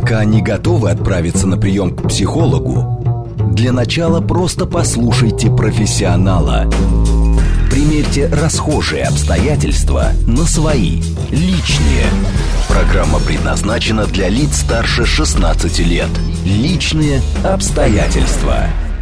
Пока не готовы отправиться на прием к психологу, для начала просто послушайте профессионала. Примерьте расхожие обстоятельства на свои, личные. Программа предназначена для лиц старше 16 лет. Личные обстоятельства.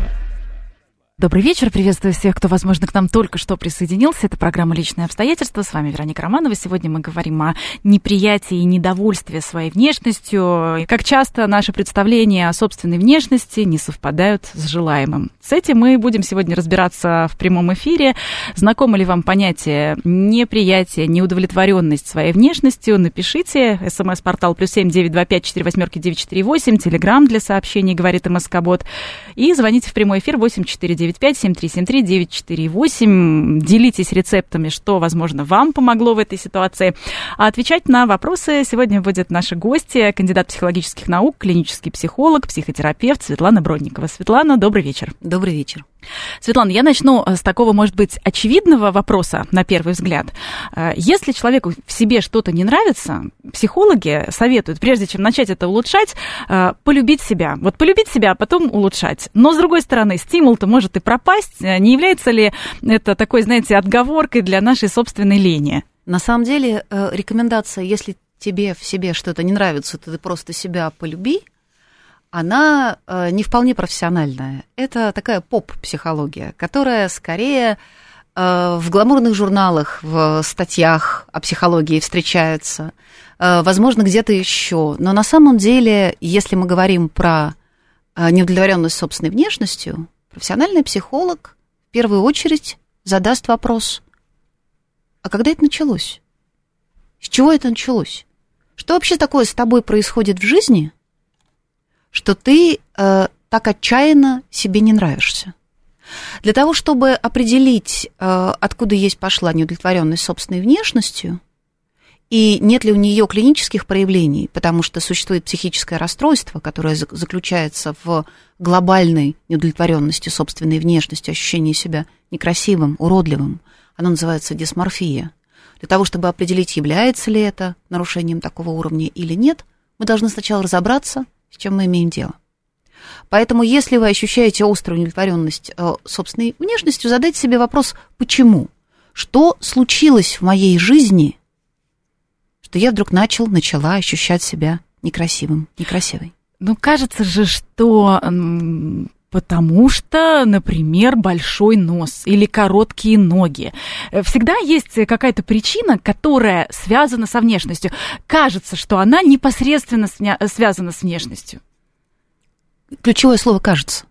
Добрый вечер, приветствую всех, кто, возможно, к нам только что присоединился. Это программа «Личные обстоятельства». С вами Вероника Романова. Сегодня мы говорим о неприятии и недовольстве своей внешностью. И как часто наши представления о собственной внешности не совпадают с желаемым. С этим мы будем сегодня разбираться в прямом эфире. Знакомо ли вам понятие неприятие, неудовлетворенность своей внешностью? Напишите. СМС-портал +7 925 48 948. Телеграм для сообщений, говорит МСК-бот. И звоните в прямой эфир 8495 7373-948. Делитесь рецептами, что, возможно, вам помогло в этой ситуации. А отвечать на вопросы сегодня будет наши гости, кандидат психологических наук, клинический психолог, психотерапевт Светлана Бродникова. Светлана, добрый вечер. Добрый вечер. Светлана, я начну с такого, может быть, очевидного вопроса, на первый взгляд. Если человеку в себе что-то не нравится, психологи советуют, прежде чем начать это улучшать, полюбить себя. Вот полюбить себя, а потом улучшать. Но, с другой стороны, стимул-то может и пропасть. Не является ли это такой, знаете, отговоркой для нашей собственной лени? На самом деле, рекомендация, если тебе в себе что-то не нравится, то ты просто себя полюби, она не вполне профессиональная. Это такая поп-психология, которая скорее в гламурных журналах, в статьях о психологии встречается, возможно, где-то еще. Но на самом деле, если мы говорим про неудовлетворенность собственной внешностью, профессиональный психолог в первую очередь задаст вопрос: а когда это началось? С чего это началось? Что вообще такое с тобой происходит в жизни, что ты так отчаянно себе не нравишься? Для того, чтобы определить, откуда пошла неудовлетворенность собственной внешностью, и нет ли у нее клинических проявлений, потому что существует психическое расстройство, которое заключается в глобальной неудовлетворенности собственной внешностью, ощущении себя некрасивым, уродливым. Оно называется дисморфия. Для того, чтобы определить, является ли это нарушением такого уровня или нет, мы должны сначала разобраться, с чем мы имеем дело. Поэтому, если вы ощущаете острую неудовлетворенность собственной внешностью, задайте себе вопрос: почему? Что случилось в моей жизни, что я вдруг начала ощущать себя некрасивым, некрасивой? Ну, кажется же, что потому что, например, большой нос или короткие ноги. Всегда есть какая-то причина, которая связана со внешностью. Кажется, что она непосредственно связана с внешностью. Ключевое слово «кажется».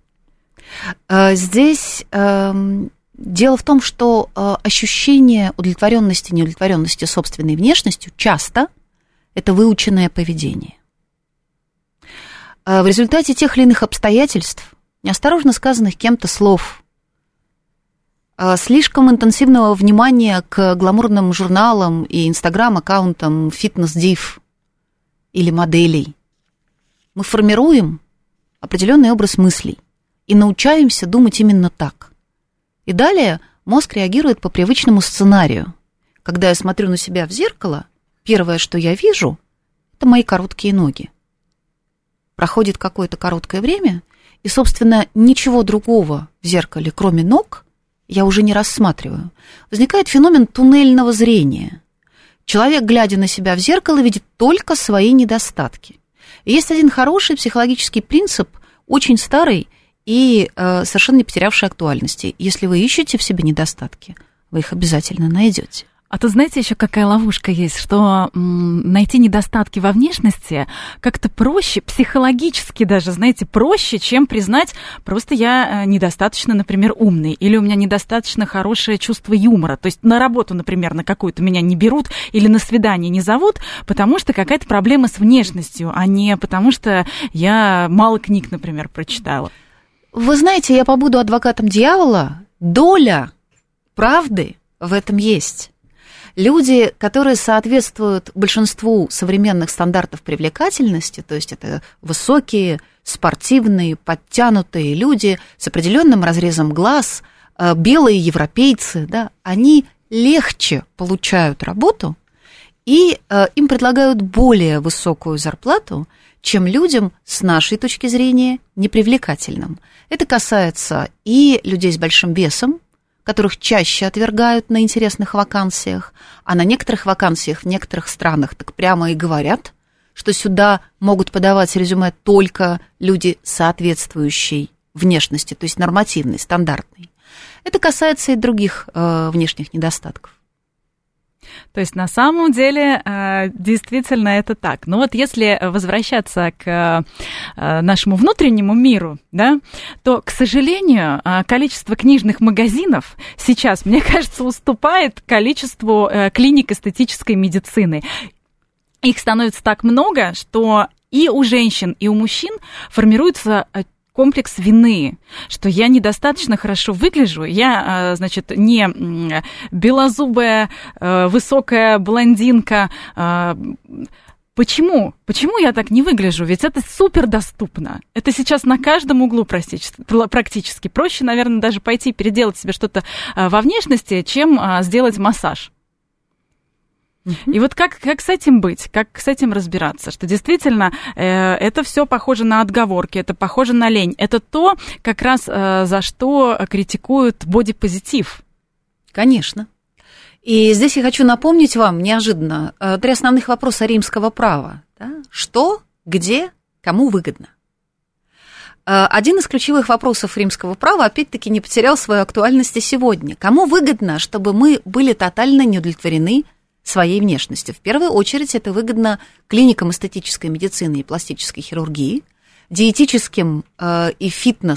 Здесь дело в том, что ощущение удовлетворенности, неудовлетворенности собственной внешностью часто это выученное поведение. В результате тех или иных обстоятельств, неосторожно сказанных кем-то слов, слишком интенсивного внимания к гламурным журналам и инстаграм-аккаунтам фитнес-див или моделей, мы формируем определенный образ мыслей и научаемся думать именно так. И далее мозг реагирует по привычному сценарию. Когда я смотрю на себя в зеркало, первое, что я вижу, это мои короткие ноги. Проходит какое-то короткое время, и, собственно, ничего другого в зеркале, кроме ног, я уже не рассматриваю. Возникает феномен туннельного зрения. Человек, глядя на себя в зеркало, видит только свои недостатки. И есть один хороший психологический принцип, очень старый и совершенно не потерявший актуальности. Если вы ищете в себе недостатки, вы их обязательно найдете. А то знаете, еще какая ловушка есть, что найти недостатки во внешности как-то проще, психологически даже, знаете, проще, чем признать, просто я недостаточно, например, умный, или у меня недостаточно хорошее чувство юмора. То есть на работу, например, на какую-то меня не берут или на свидание не зовут, потому что какая-то проблема с внешностью, а не потому что я мало книг, например, прочитала. Вы знаете, я побуду адвокатом дьявола, доля правды в этом есть. Люди, которые соответствуют большинству современных стандартов привлекательности, то есть это высокие, спортивные, подтянутые люди с определенным разрезом глаз, белые европейцы, да, они легче получают работу и им предлагают более высокую зарплату, чем людям, с нашей точки зрения, непривлекательным. Это касается и людей с большим весом, которых чаще отвергают на интересных вакансиях, а на некоторых вакансиях в некоторых странах так прямо и говорят, что сюда могут подавать резюме только люди соответствующей внешности, то есть нормативной, стандартной. Это касается и других внешних недостатков. То есть на самом деле действительно это так. Но вот если возвращаться к нашему внутреннему миру, да, то, к сожалению, количество книжных магазинов сейчас, мне кажется, уступает количеству клиник эстетической медицины. Их становится так много, что и у женщин, и у мужчин формируется комплекс вины, что я недостаточно хорошо выгляжу, я, значит, не белозубая, высокая блондинка. Почему? Почему я так не выгляжу? Ведь это супер доступно. Это сейчас на каждом углу практически. Проще, наверное, даже пойти переделать себе что-то во внешности, чем сделать массаж. И вот как с этим быть, как с этим разбираться, что действительно это все похоже на отговорки, это похоже на лень, это то, как раз за что критикуют бодипозитив. Конечно. И здесь я хочу напомнить вам неожиданно 3 основных вопроса римского права. Да? Что, где, кому выгодно? Один из ключевых вопросов римского права, опять-таки, не потерял свою актуальность и сегодня. Кому выгодно, чтобы мы были тотально неудовлетворены своей внешностью? В первую очередь это выгодно клиникам эстетической медицины и пластической хирургии, диетическим и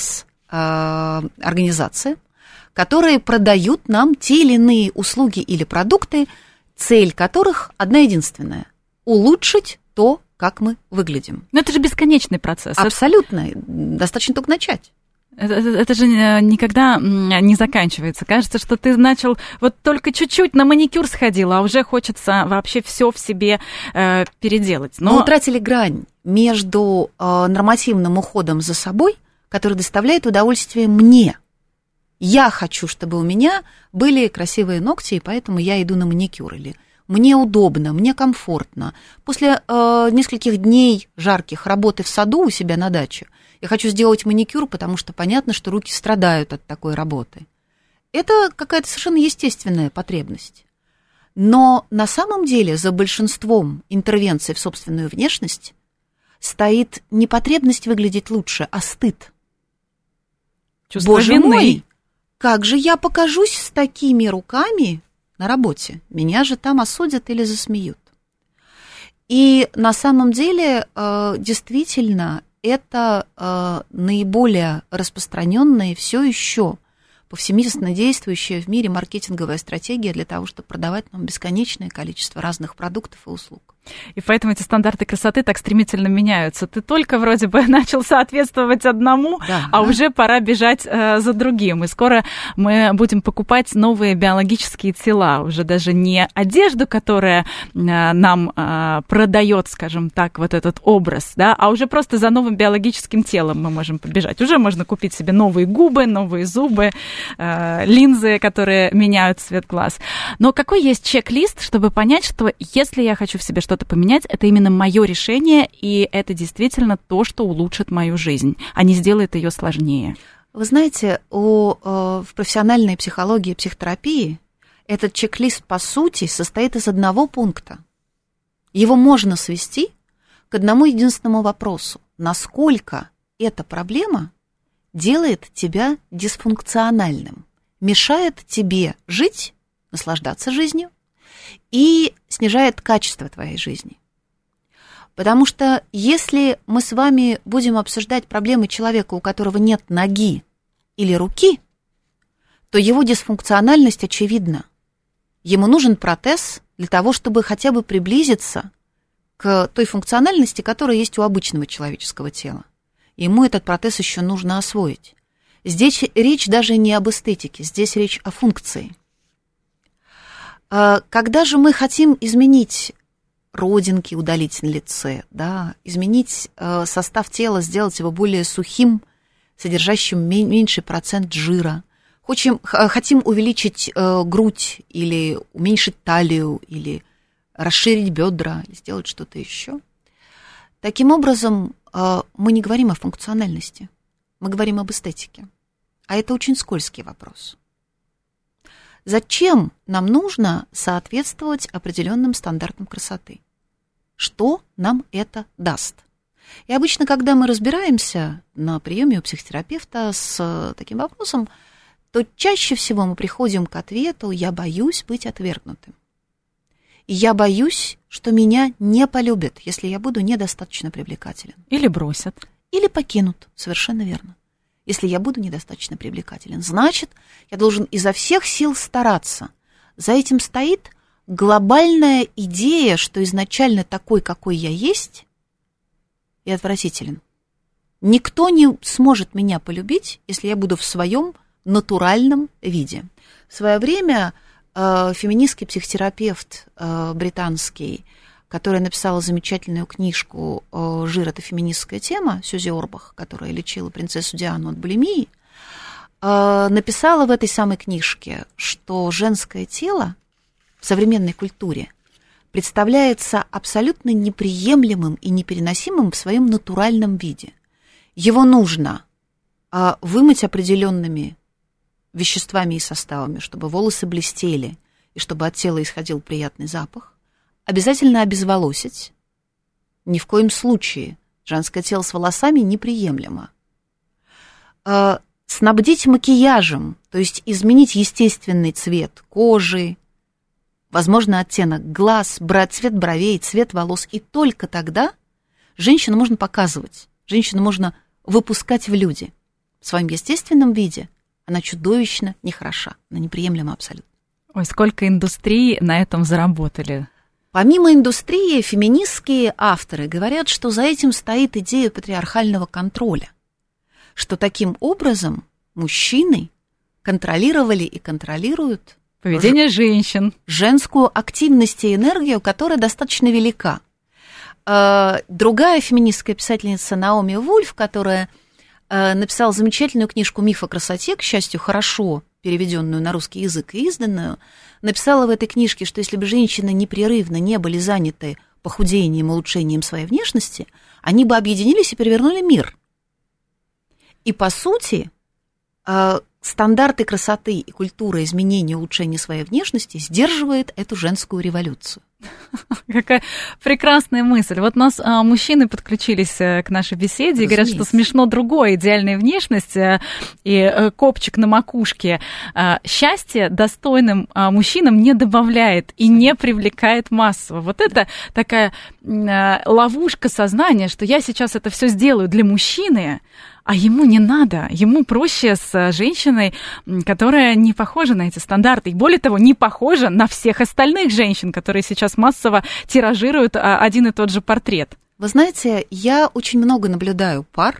фитнес-организациям, которые продают нам те или иные услуги или продукты, цель которых одна единственная – улучшить то, как мы выглядим. Но это же бесконечный процесс. Абсолютно. Достаточно только начать. Это же никогда не заканчивается. Кажется, что ты начал, вот только чуть-чуть на маникюр сходил, а уже хочется вообще все в себе переделать. Но мы утратили грань между нормативным уходом за собой, который доставляет удовольствие мне. Я хочу, чтобы у меня были красивые ногти, и поэтому я иду на маникюр. Или мне удобно, мне комфортно. После нескольких дней жарких работы в саду у себя на даче я хочу сделать маникюр, потому что понятно, что руки страдают от такой работы. Это какая-то совершенно естественная потребность. Но на самом деле за большинством интервенций в собственную внешность стоит не потребность выглядеть лучше, а стыд. Чувство Боже вины. мой, как же я покажусь с такими руками на работе? Меня же там осудят или засмеют. И на самом деле действительно это наиболее распространенная и все еще повсеместно действующая в мире маркетинговая стратегия для того, чтобы продавать нам бесконечное количество разных продуктов и услуг. И поэтому эти стандарты красоты так стремительно меняются. Ты только вроде бы начал соответствовать одному, а уже пора бежать за другим. И скоро мы будем покупать новые биологические тела. Уже даже не одежду, которая нам продает, скажем так, вот этот образ, да, а уже просто за новым биологическим телом мы можем побежать. Уже можно купить себе новые губы, новые зубы, линзы, которые меняют цвет глаз. Но какой есть чек-лист, чтобы понять, что если я хочу в себе что-то поменять, это именно мое решение, и это действительно то, что улучшит мою жизнь, а не сделает ее сложнее? Вы знаете, в профессиональной психологии и психотерапии этот чек-лист, по сути, состоит из одного пункта. Его можно свести к одному единственному вопросу. Насколько эта проблема делает тебя дисфункциональным, мешает тебе жить, наслаждаться жизнью и снижает качество твоей жизни. Потому что если мы с вами будем обсуждать проблемы человека, у которого нет ноги или руки, то его дисфункциональность очевидна. Ему нужен протез для того, чтобы хотя бы приблизиться к той функциональности, которая есть у обычного человеческого тела. Ему этот протез еще нужно освоить. Здесь речь даже не об эстетике, здесь речь о функции. Когда же мы хотим изменить родинки, удалить на лице, да, изменить состав тела, сделать его более сухим, содержащим меньший процент жира, хотим увеличить грудь или уменьшить талию, или расширить бедра, или сделать что-то еще. Таким образом, мы не говорим о функциональности, мы говорим об эстетике. А это очень скользкий вопрос. Зачем нам нужно соответствовать определенным стандартам красоты? Что нам это даст? И обычно, когда мы разбираемся на приеме у психотерапевта с таким вопросом, то чаще всего мы приходим к ответу: я боюсь быть отвергнутым. И я боюсь, что меня не полюбят, если я буду недостаточно привлекателен. Или бросят. Или покинут, совершенно верно. Если я буду недостаточно привлекателен, значит, я должен изо всех сил стараться. За этим стоит глобальная идея, что изначально такой, какой я есть, и отвратителен. Никто не сможет меня полюбить, если я буду в своем натуральном виде. В свое время феминистский психотерапевт британский, который написала замечательную книжку «Жир – это феминистская тема», Сьюзи Орбах, которая лечила принцессу Диану от булимии, написала в этой самой книжке, что женское тело в современной культуре представляется абсолютно неприемлемым и непереносимым в своем натуральном виде. Его нужно вымыть определенными веществами и составами, чтобы волосы блестели и чтобы от тела исходил приятный запах. Обязательно обезволосить. Ни в коем случае женское тело с волосами неприемлемо. Снабдить макияжем, то есть изменить естественный цвет кожи, возможно, оттенок глаз, цвет бровей, цвет волос. И только тогда женщину можно показывать, женщину можно выпускать в люди. В своем естественном виде она чудовищно нехороша, она неприемлема абсолютно. Ой, сколько индустрий на этом заработали. Помимо индустрии, феминистские авторы говорят, что за этим стоит идея патриархального контроля, что таким образом мужчины контролировали и контролируют поведение женщин, женскую активность и энергию, которая достаточно велика. Другая феминистская писательница Наоми Вульф, которая написала замечательную книжку «Миф о красоте», к счастью, хорошо переведенную на русский язык и изданную, написала в этой книжке, что если бы женщины непрерывно не были заняты похудением, улучшением своей внешности, они бы объединились и перевернули мир. И, по сути, стандарты красоты и культура изменения, улучшения своей внешности сдерживает эту женскую революцию. Какая прекрасная мысль. Вот нас мужчины подключились к нашей беседе и говорят, что смешно другое, идеальная внешность и копчик на макушке. Счастье достойным мужчинам не добавляет и не привлекает массово. Вот это такая ловушка сознания, что я сейчас это все сделаю для мужчины, а ему не надо, ему проще с женщиной, которая не похожа на эти стандарты. И более того, не похожа на всех остальных женщин, которые сейчас массово тиражируют один и тот же портрет. Вы знаете, я очень много наблюдаю пар,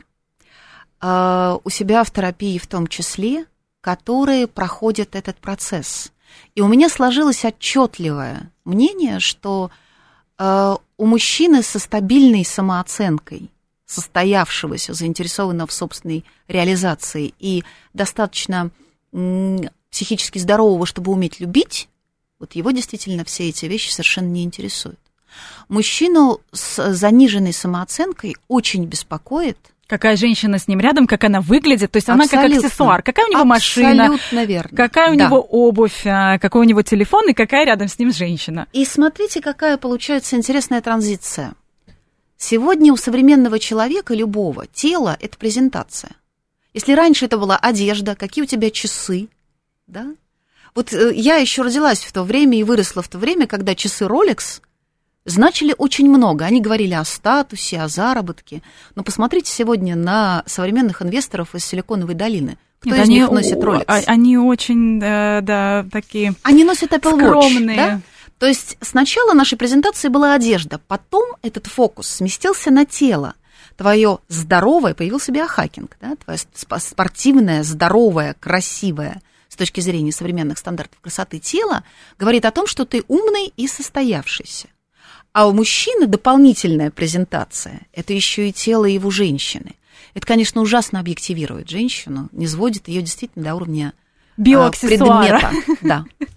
у себя в терапии в том числе, которые проходят этот процесс. И у меня сложилось отчетливое мнение, что у мужчины со стабильной самооценкой, состоявшегося, заинтересованного в собственной реализации и достаточно психически здорового, чтобы уметь любить, вот его действительно все эти вещи совершенно не интересуют. Мужчину с заниженной самооценкой очень беспокоит. Какая женщина с ним рядом, как она выглядит, то есть она как аксессуар, какая у него машина, какая у него обувь, какой у него телефон и какая рядом с ним женщина. И смотрите, какая получается интересная транзиция. Сегодня у современного человека, любого, тело – это презентация. Если раньше это была одежда, какие у тебя часы, да? Вот я еще родилась в то время и выросла в то время, когда часы Rolex значили очень много. Они говорили о статусе, о заработке. Но посмотрите сегодня на современных инвесторов из Силиконовой долины. Кто из них носит Rolex? Они очень, да, такие Они носят Apple скромные. Watch, да? То есть сначала нашей презентации была одежда, потом этот фокус сместился на тело. Твое здоровое, появился биохакинг, да? Твое спортивное, здоровое, красивое, с точки зрения современных стандартов красоты тело, говорит о том, что ты умный и состоявшийся. А у мужчины дополнительная презентация – это еще и тело его женщины. Это, конечно, ужасно объективирует женщину, низводит ее действительно до уровня биоаксессуара. предмета. Да.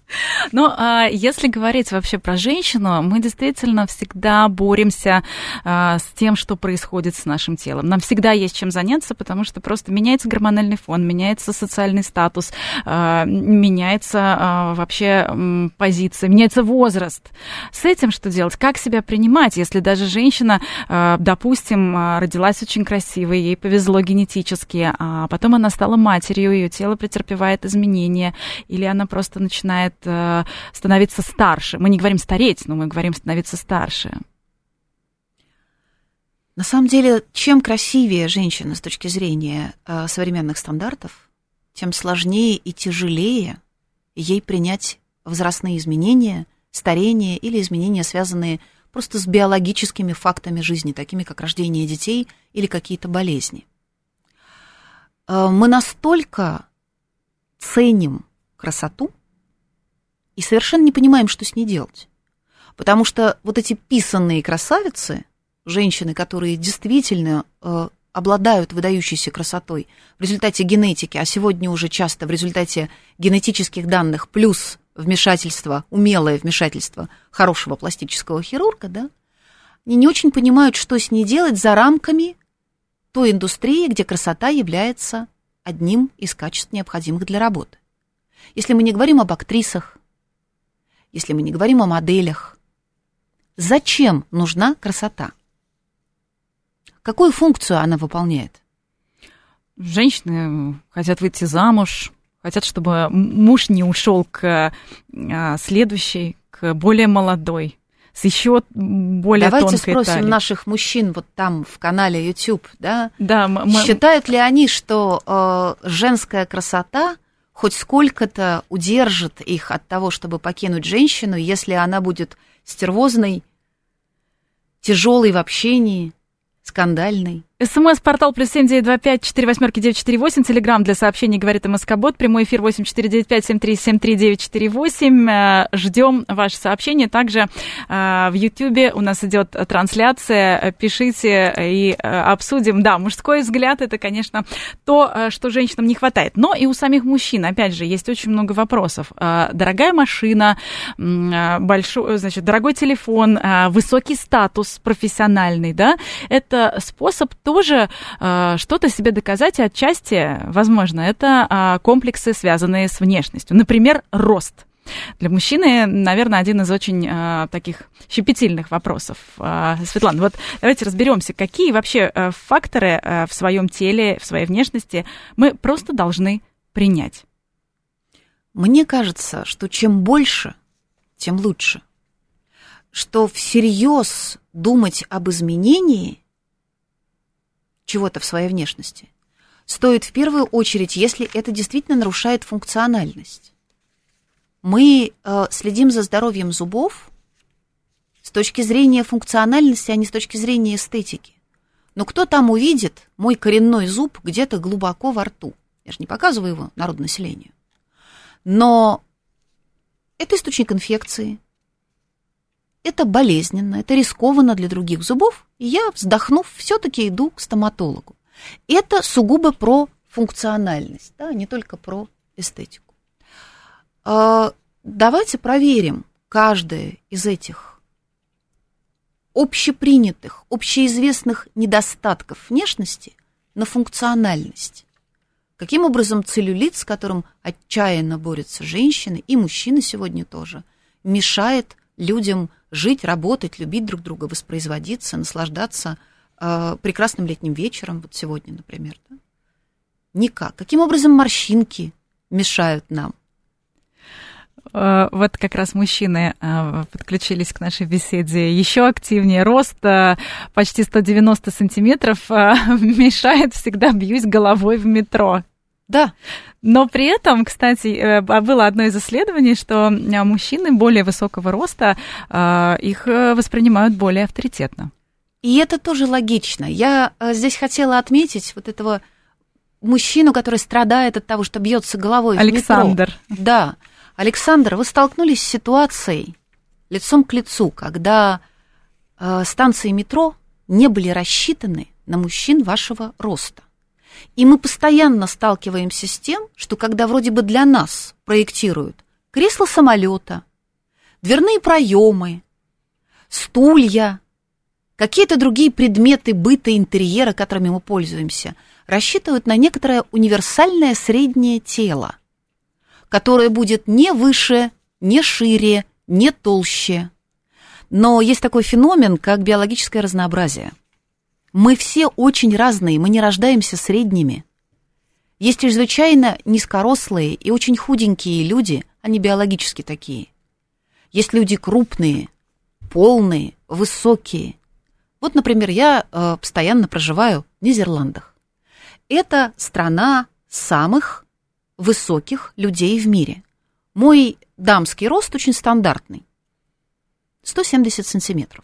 Но если говорить вообще про женщину, мы действительно всегда боремся с тем, что происходит с нашим телом. Нам всегда есть чем заняться, потому что просто меняется гормональный фон, меняется социальный статус, меняется вообще позиция, меняется возраст. С этим что делать? Как себя принимать, если даже женщина, допустим, родилась очень красивой, ей повезло генетически, а потом она стала матерью, ее тело претерпевает изменения, или она просто начинает становиться старше. Мы не говорим стареть, но мы говорим становиться старше. На самом деле, чем красивее женщина с точки зрения современных стандартов, тем сложнее и тяжелее ей принять возрастные изменения, старение или изменения, связанные просто с биологическими фактами жизни, такими как рождение детей или какие-то болезни. Мы настолько ценим красоту и совершенно не понимаем, что с ней делать. Потому что вот эти писанные красавицы, женщины, которые действительно обладают выдающейся красотой в результате генетики, а сегодня уже часто в результате генетических данных плюс вмешательство, умелое вмешательство хорошего пластического хирурга, да, они не очень понимают, что с ней делать за рамками той индустрии, где красота является одним из качеств, необходимых для работы. Если мы не говорим об актрисах, если мы не говорим о моделях, зачем нужна красота? Какую функцию она выполняет? Женщины хотят выйти замуж, хотят, чтобы муж не ушел к следующей, к более молодой, с еще более тонкой талией. Давайте спросим наших мужчин вот там в канале YouTube, да? Считают ли они, что женская красота хоть сколько-то удержит их от того, чтобы покинуть женщину, если она будет стервозной, тяжелой в общении, скандальной? СМС-портал +7 925 48 948. Телеграм для сообщений «Говорит МСК-бот». Прямой эфир 8495 7373 948. Ждем ваши сообщения. Также в Ютьюбе у нас идет трансляция. Пишите и обсудим. Да, мужской взгляд – это, конечно, то, что женщинам не хватает. Но и у самих мужчин, опять же, есть очень много вопросов. Дорогая машина, дорогой телефон, высокий статус профессиональный, да, это способ тоже что-то себе доказать, и отчасти, возможно, это комплексы, связанные с внешностью. Например, рост. Для мужчины, наверное, один из очень таких щепетильных вопросов. Светлана, вот давайте разберемся, какие вообще факторы в своем теле, в своей внешности мы просто должны принять. Мне кажется, что чем больше, тем лучше. Что всерьез думать об изменении чего-то в своей внешности стоит в первую очередь, если это действительно нарушает функциональность. Мы следим за здоровьем зубов с точки зрения функциональности, а не с точки зрения эстетики. Но кто там увидит мой коренной зуб где-то глубоко во рту? Я же не показываю его народонаселению. Но это источник инфекции, это болезненно, это рискованно для других зубов, и я, вздохнув, все-таки иду к стоматологу. Это сугубо про функциональность, да, не только про эстетику. Давайте проверим каждое из этих общепринятых, общеизвестных недостатков внешности на функциональность. Каким образом целлюлит, с которым отчаянно борются женщины и мужчины сегодня тоже, мешает людям жить, работать, любить друг друга, воспроизводиться, наслаждаться прекрасным летним вечером, вот сегодня, например. Да? Никак. Каким образом морщинки мешают нам? Вот как раз мужчины подключились к нашей беседе еще активнее. Рост почти 190 сантиметров мешает, всегда бьюсь головой в метро. Да. Но при этом, кстати, было одно из исследований, что мужчины более высокого роста, их воспринимают более авторитетно. И это тоже логично. Я здесь хотела отметить вот этого мужчину, который страдает от того, что бьется головой в метро. Александр. Да. Александр, вы столкнулись с ситуацией лицом к лицу, когда станции метро не были рассчитаны на мужчин вашего роста. И мы постоянно сталкиваемся с тем, что когда вроде бы для нас проектируют кресла самолета, дверные проемы, стулья, какие-то другие предметы быта, интерьера, которыми мы пользуемся, рассчитывают на некоторое универсальное среднее тело, которое будет не выше, не шире, не толще. Но есть такой феномен, как биологическое разнообразие. Мы все очень разные, мы не рождаемся средними. Есть чрезвычайно низкорослые и очень худенькие люди, они биологически такие. Есть люди крупные, полные, высокие. Вот, например, я постоянно проживаю в Нидерландах. Это страна самых высоких людей в мире. Мой дамский рост очень стандартный. 170 сантиметров.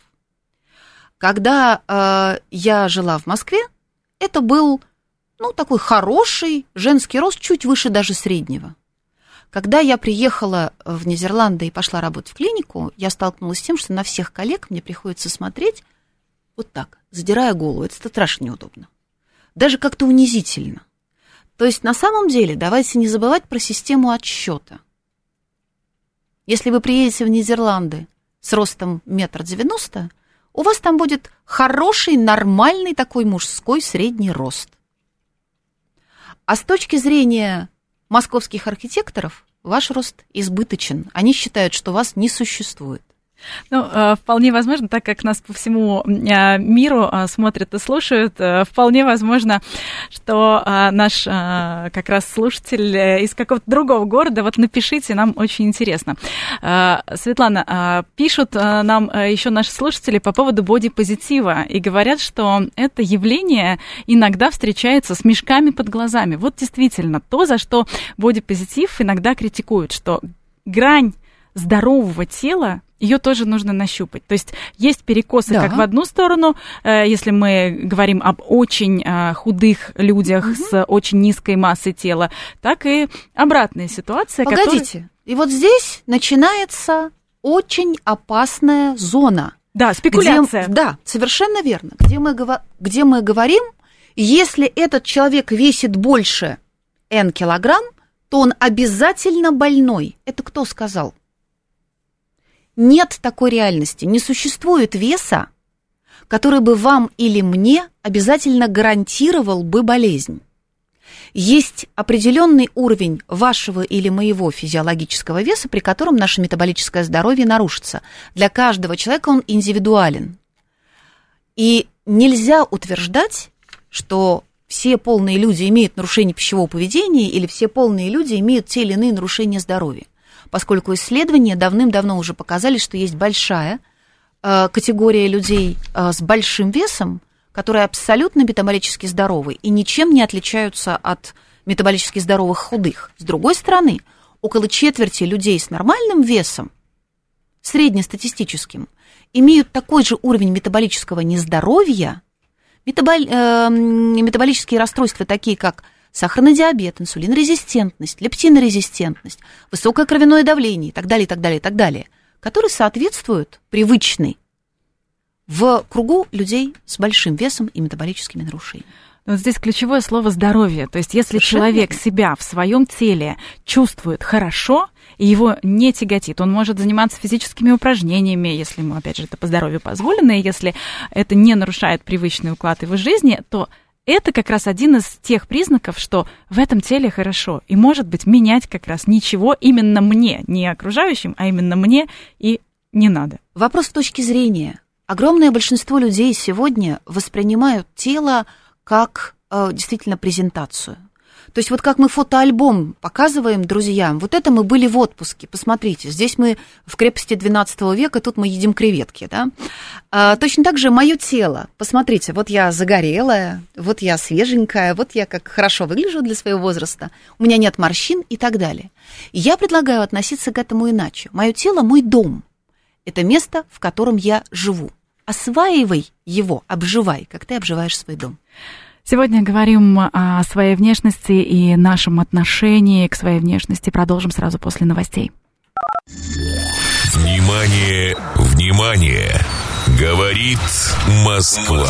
Когда я жила в Москве, это был, такой хороший женский рост, чуть выше даже среднего. Когда я приехала в Нидерланды и пошла работать в клинику, я столкнулась с тем, что на всех коллег мне приходится смотреть вот так, задирая голову. Это страшно неудобно. Даже как-то унизительно. То есть, на самом деле, давайте не забывать про систему отсчета. Если вы приедете в Нидерланды с ростом 1,90 м, у вас там будет хороший, нормальный такой мужской средний рост. А с точки зрения московских архитекторов, ваш рост избыточен. Они считают, что вас не существует. Вполне возможно, так как нас по всему миру смотрят и слушают, вполне возможно, что наш как раз слушатель из какого-то другого города, вот напишите, нам очень интересно. Светлана, пишут нам еще наши слушатели по поводу бодипозитива и говорят, что это явление иногда встречается с мешками под глазами. Вот действительно, то, за что бодипозитив иногда критикуют, что грань здорового тела, ее тоже нужно нащупать. То есть есть перекосы как в одну сторону, если мы говорим об очень худых людях с очень низкой массой тела, так и обратная ситуация. Погодите, и вот здесь начинается очень опасная зона. Да, спекуляция. Да, совершенно верно. Где мы говорим, если этот человек весит больше N килограмм, то он обязательно больной. Это кто сказал? Нет такой реальности, не существует веса, который бы вам или мне обязательно гарантировал бы болезнь. Есть определенный уровень вашего или моего физиологического веса, при котором наше метаболическое здоровье нарушится. Для каждого человека он индивидуален. И нельзя утверждать, что все полные люди имеют нарушение пищевого поведения или все полные люди имеют те или иные нарушения здоровья. Поскольку исследования давным-давно уже показали, что есть большая категория людей с большим весом, которые абсолютно метаболически здоровы и ничем не отличаются от метаболически здоровых худых. С другой стороны, около четверти людей с нормальным весом, среднестатистическим, имеют такой же уровень метаболического нездоровья, метаболические расстройства, такие как сахарный диабет, инсулинорезистентность, лептинорезистентность, высокое кровяное давление и так далее, и так далее, и так далее, которые соответствуют привычной в кругу людей с большим весом и метаболическими нарушениями. Вот здесь ключевое слово «здоровье». То есть если человек себя в своем теле чувствует хорошо, и его не тяготит, он может заниматься физическими упражнениями, если ему, опять же, это по здоровью позволено, и если это не нарушает привычный уклад его жизни, то это как раз один из тех признаков, что в этом теле хорошо. И, может быть, менять как раз ничего именно мне, не окружающим, а именно мне и не надо. Вопрос с точки зрения. Огромное большинство людей сегодня воспринимают тело как действительно презентацию. То есть вот как мы фотоальбом показываем друзьям, вот это мы были в отпуске, посмотрите, здесь мы в крепости XII века, тут мы едим креветки, да. Точно так же мое тело, посмотрите, вот я загорелая, вот я свеженькая, вот я как хорошо выгляжу для своего возраста, у меня нет морщин и так далее. И я предлагаю относиться к этому иначе. Мое тело – мой дом, это место, в котором я живу. Осваивай его, обживай, как ты обживаешь свой дом. Сегодня говорим о своей внешности и нашем отношении к своей внешности. Продолжим сразу после новостей. Внимание, внимание! Говорит Москва.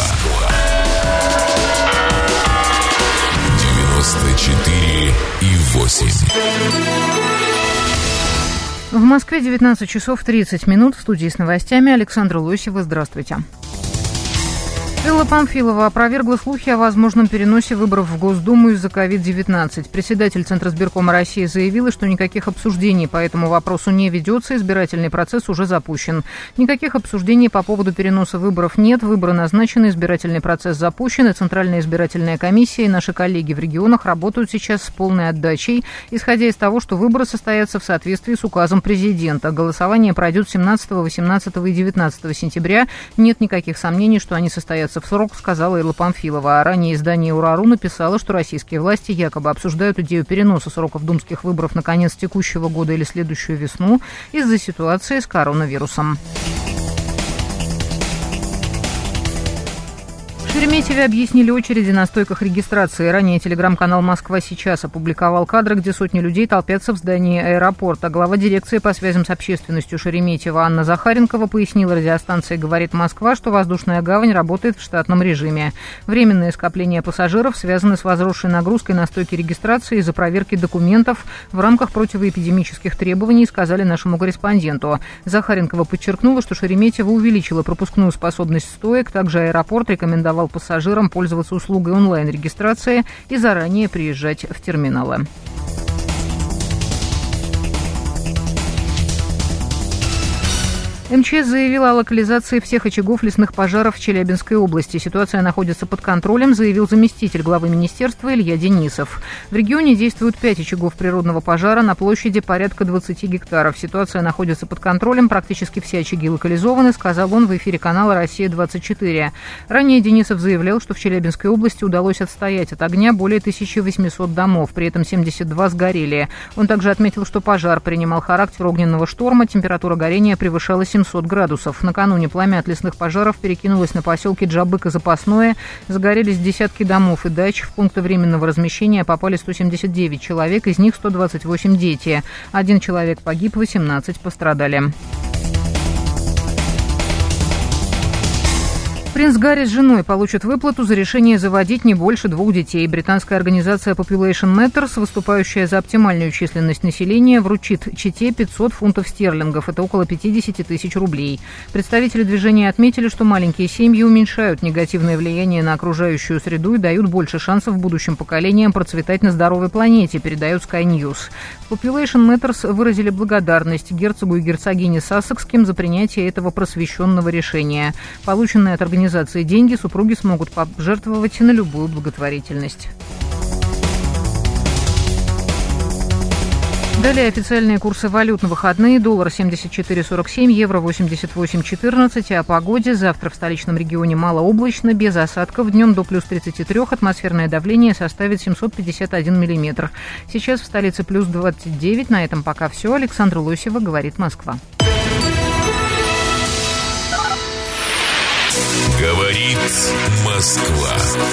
94,8. В Москве 19 часов 30 минут. В студии с новостями Александра Лосева. Здравствуйте. Элла Памфилова опровергла слухи о возможном переносе выборов в Госдуму из-за COVID-19. Председатель Центризбиркома России заявила, что никаких обсуждений по этому вопросу не ведется, избирательный процесс уже запущен. Никаких обсуждений по поводу переноса выборов нет, выборы назначены, избирательный процесс запущен, и Центральная избирательная комиссия и наши коллеги в регионах работают сейчас с полной отдачей, исходя из того, что выборы состоятся в соответствии с указом президента. Голосование пройдет 17, 18 и 19 сентября. Нет никаких сомнений, что они состоятся в срок, сказала Элла Памфилова. А ранее издание «Урару» написало, что российские власти якобы обсуждают идею переноса сроков думских выборов на конец текущего года или следующую весну из-за ситуации с коронавирусом. В Шереметьеве объяснили очереди на стойках регистрации. Ранее телеграм-канал «Москва сейчас» опубликовал кадры, где сотни людей толпятся в здании аэропорта. Глава дирекции по связям с общественностью Шереметьева Анна Захаренкова пояснила радиостанции «Говорит Москва», что воздушная гавань работает в штатном режиме. Временные скопления пассажиров связаны с возросшей нагрузкой на стойки регистрации из-за проверки документов в рамках противоэпидемических требований, сказали нашему корреспонденту. Захаренкова подчеркнула, что Шереметьево увеличила пропускную способность стоек. Также аэропорт рекомендовал пассажирам пользоваться услугой онлайн-регистрации и заранее приезжать в терминалы. МЧС заявила о локализации всех очагов лесных пожаров в Челябинской области. Ситуация находится под контролем, заявил заместитель главы министерства Илья Денисов. В регионе действуют 5 очагов природного пожара на площади порядка 20 гектаров. Ситуация находится под контролем, практически все очаги локализованы, сказал он в эфире канала «Россия-24». Ранее Денисов заявлял, что в Челябинской области удалось отстоять от огня более 1800 домов, при этом 72 сгорели. Он также отметил, что пожар принимал характер огненного шторма, температура горения превышала 700 градусов. Накануне пламя от лесных пожаров перекинулось на поселки Джабык и Запасное. Загорелись десятки домов и дач. В пункты временного размещения попали 179 человек, из них 128 дети. 1 человек погиб, 18 пострадали. Принц Гарри с женой получат выплату за решение заводить не больше 2 детей. Британская организация Population Matters, выступающая за оптимальную численность населения, вручит чете 500 фунтов стерлингов. Это около 50 тысяч рублей. Представители движения отметили, что маленькие семьи уменьшают негативное влияние на окружающую среду и дают больше шансов будущим поколениям процветать на здоровой планете, передает Sky News. Population Matters выразили благодарность герцогу и герцогине Сассекским за принятие этого просвещенного решения. Полученные от организации деньги супруги смогут пожертвовать на любую благотворительность. Далее официальные курсы валют на выходные. Доллар 74,47, евро 88,14. О погоде. Завтра в столичном регионе малооблачно, без осадков. Днем до плюс 33. Атмосферное давление составит 751 миллиметр. Сейчас в столице плюс 29. На этом пока все. Александра Лосева, говорит Москва. Говорит Москва.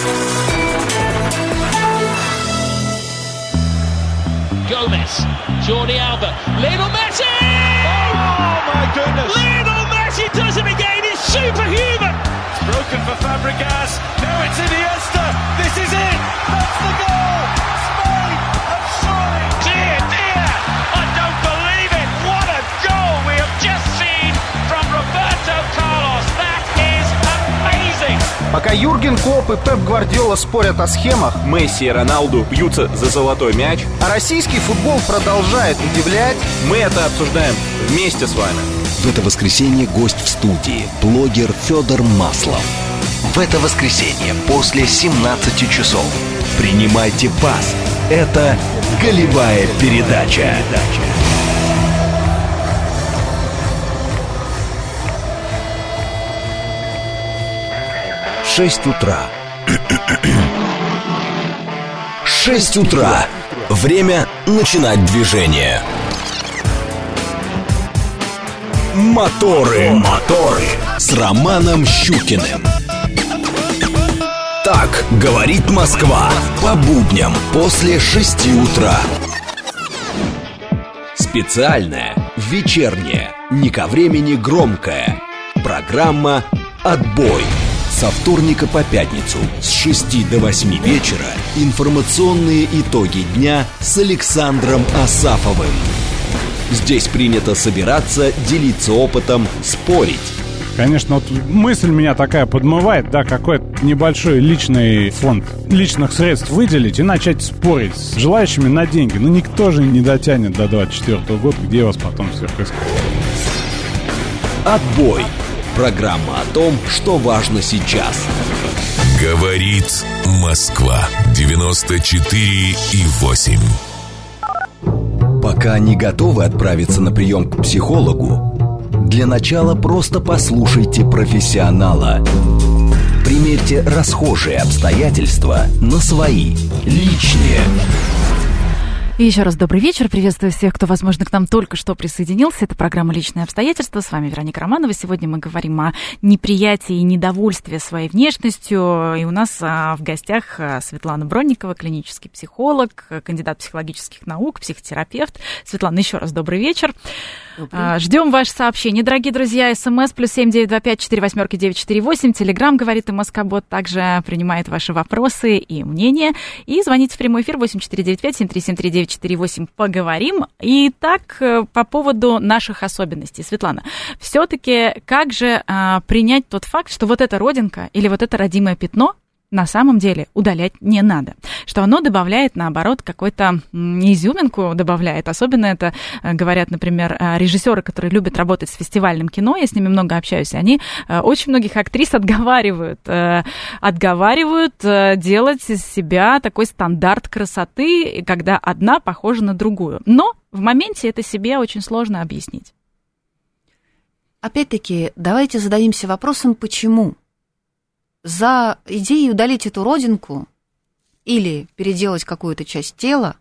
Gomez, Jordi Alba, Lionel Messi! Oh my goodness! Lionel Messi does it again. It's superhuman. It's broken for Fabregas. Now it's Iniesta. This is it. That's the goal. Spain have surely. Dear, dear, I don't believe it. What a goal we have just seen from Roberto Carlos. That is amazing. Пока Юрген Клопп и Пеп Гвардиола спорят о схемах, Месси и Роналду бьются за золотой мяч, а российский футбол продолжает удивлять, мы это обсуждаем вместе с вами. В это воскресенье гость в студии – блогер Федор Маслов. В это воскресенье после 17 часов принимайте пас. Это голевая передача. 6 утра. 6 утра. Время начинать движение. Моторы. С Романом Щукиным. Так говорит Москва. По будням после 6 утра. Специальная, вечерняя, не ко времени громкая. Программа «Отбой». Со вторника по пятницу с 6 до 8 вечера информационные итоги дня с Александром Асафовым. Здесь принято собираться, делиться опытом, спорить. Конечно, вот мысль меня такая подмывает, да, какой-то небольшой личный фонд личных средств выделить и начать спорить с желающими на деньги. Но никто же не дотянет до 24 года, где вас потом всех искать. Отбой. Программа о том, что важно сейчас. Говорит Москва. 94,8. Пока не готовы отправиться на прием к психологу, для начала просто послушайте профессионала. Примерьте расхожие обстоятельства на свои, личные. И еще раз добрый вечер. Приветствую всех, кто, возможно, к нам только что присоединился. Это программа «Личные обстоятельства». С вами Вероника Романова. Сегодня мы говорим о неприятии и недовольстве своей внешностью. И у нас в гостях Светлана Бронникова, клинический психолог, кандидат психологических наук, психотерапевт. Светлана, еще раз добрый вечер. Ждем ваши сообщения, дорогие друзья. СМС +7 925 48 948. Телеграм «Говорит МСК-бот» также принимает ваши вопросы и мнения. И звоните в прямой эфир 8495 7373948. Поговорим. Итак, по поводу наших особенностей. Светлана, все-таки как же принять тот факт, что вот эта родинка или вот это родимое пятно на самом деле удалять не надо, что оно добавляет, наоборот, какую-то изюминку добавляет. Особенно это говорят, например, режиссеры, которые любят работать с фестивальным кино, я с ними много общаюсь, они очень многих актрис отговаривают делать из себя такой стандарт красоты, когда одна похожа на другую. Но в моменте это себе очень сложно объяснить. Опять-таки, давайте зададимся вопросом, почему? За идеей удалить эту родинку или переделать какую-то часть тела,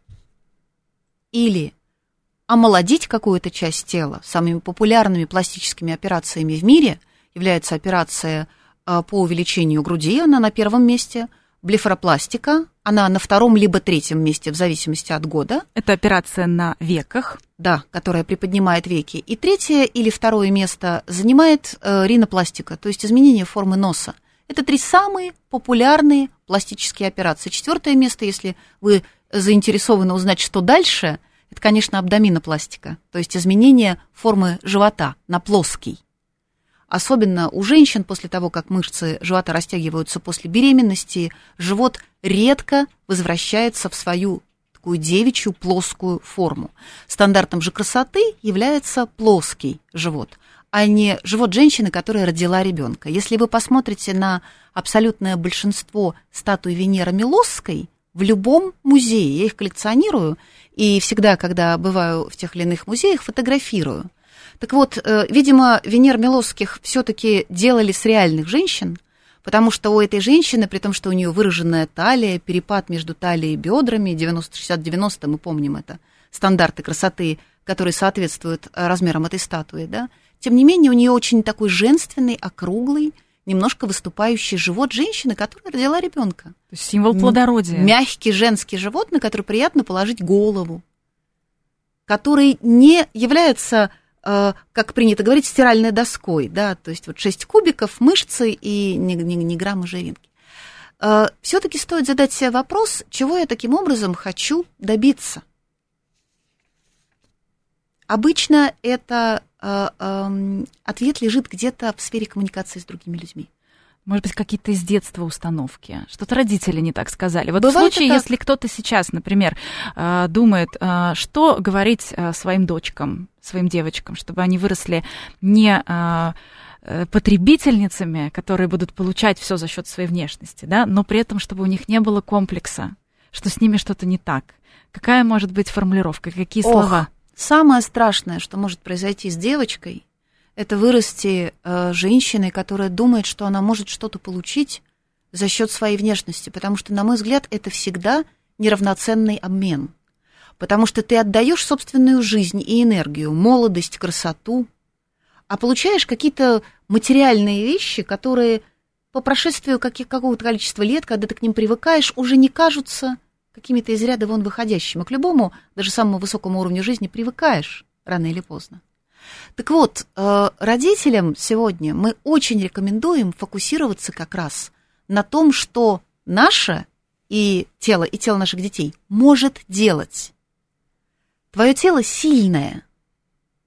или омолодить какую-то часть тела. Самыми популярными пластическими операциями в мире является операция по увеличению груди, она на первом месте, блефаропластика, она на втором либо третьем месте, в зависимости от года. Это операция на веках. Да, которая приподнимает веки. И третье или второе место занимает ринопластика, то есть изменение формы носа. Это 3 самые популярные пластические операции. 4 место, если вы заинтересованы узнать, что дальше, это, конечно, абдоминопластика, то есть изменение формы живота на плоский. Особенно у женщин, после того, как мышцы живота растягиваются после беременности, живот редко возвращается в свою такую девичью плоскую форму. Стандартом же красоты является плоский живот, а не живот женщины, которая родила ребенка. Если вы посмотрите на абсолютное большинство статуй Венеры Милосской в любом музее, я их коллекционирую, и всегда, когда бываю в тех или иных музеях, фотографирую. Так вот, видимо, Венер Милосских все-таки делали с реальных женщин, потому что у этой женщины, при том, что у нее выраженная талия, перепад между талией и бедрами, 90-60-90, мы помним это, стандарты красоты, которые соответствуют размерам этой статуи, да, тем не менее, у нее очень такой женственный, округлый, немножко выступающий живот женщины, которая родила ребенка. То есть символ плодородия. Мягкий женский живот, на который приятно положить голову, который не является, как принято говорить, стиральной доской, да, то есть вот 6 кубиков, мышцы и ни грамма жиринки. Все-таки стоит задать себе вопрос, чего я таким образом хочу добиться. Обычно это ответ лежит где-то в сфере коммуникации с другими людьми. Может быть, какие-то из детства установки, что-то родители не так сказали. Вот бывает в случае, если кто-то сейчас, например, думает, что говорить своим дочкам, своим девочкам, чтобы они выросли не потребительницами, которые будут получать все за счет своей внешности, да, но при этом, чтобы у них не было комплекса, что с ними что-то не так. Какая может быть формулировка, какие слова? Самое страшное, что может произойти с девочкой, это вырасти женщиной, которая думает, что она может что-то получить за счет своей внешности, потому что, на мой взгляд, это всегда неравноценный обмен. Потому что ты отдаешь собственную жизнь и энергию, молодость, красоту, а получаешь какие-то материальные вещи, которые по прошествию какого-то количества лет, когда ты к ним привыкаешь, уже не кажутся какими-то из ряда вон выходящими. К любому, даже самому высокому уровню жизни привыкаешь рано или поздно. Так вот, родителям сегодня мы очень рекомендуем фокусироваться как раз на том, что наше и тело наших детей может делать. Твое тело сильное,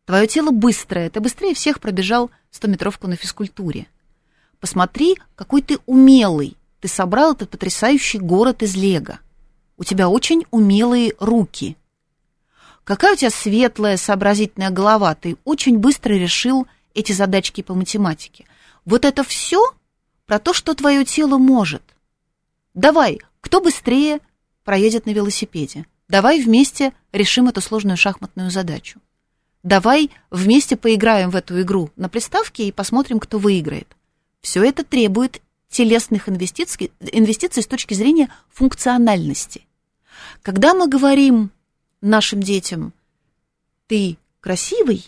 Твое тело быстрое, ты быстрее всех пробежал 100-метровку на физкультуре. Посмотри, какой ты умелый. Ты собрал этот потрясающий город из лего. У тебя очень умелые руки. Какая у тебя светлая, сообразительная голова. Ты очень быстро решил эти задачки по математике. Вот это все про то, что твое тело может. Давай, кто быстрее проедет на велосипеде? Давай вместе решим эту сложную шахматную задачу. Давай вместе поиграем в эту игру на приставке и посмотрим, кто выиграет. Все это требует телесных инвестиций с точки зрения функциональности. Когда мы говорим нашим детям «ты красивый»,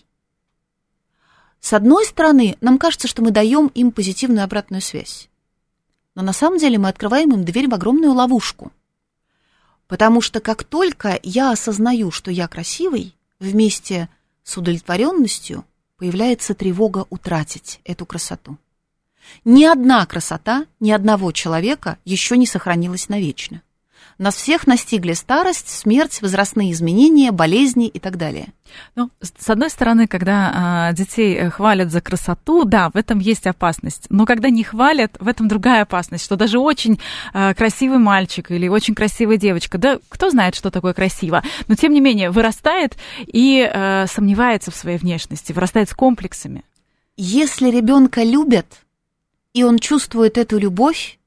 с одной стороны, нам кажется, что мы даем им позитивную обратную связь. Но на самом деле мы открываем им дверь в огромную ловушку. Потому что как только я осознаю, что я красивый, вместе с удовлетворенностью появляется тревога утратить эту красоту. Ни одна красота, ни одного человека еще не сохранилась навечно. Нас всех настигли старость, смерть, возрастные изменения, болезни и так далее. Ну, с одной стороны, когда детей хвалят за красоту, да, в этом есть опасность. Но когда не хвалят, в этом другая опасность, что даже очень красивый мальчик или очень красивая девочка, да, кто знает, что такое красиво, но тем не менее вырастает и сомневается в своей внешности, вырастает с комплексами. Если ребенка любят, и он чувствует эту любовь,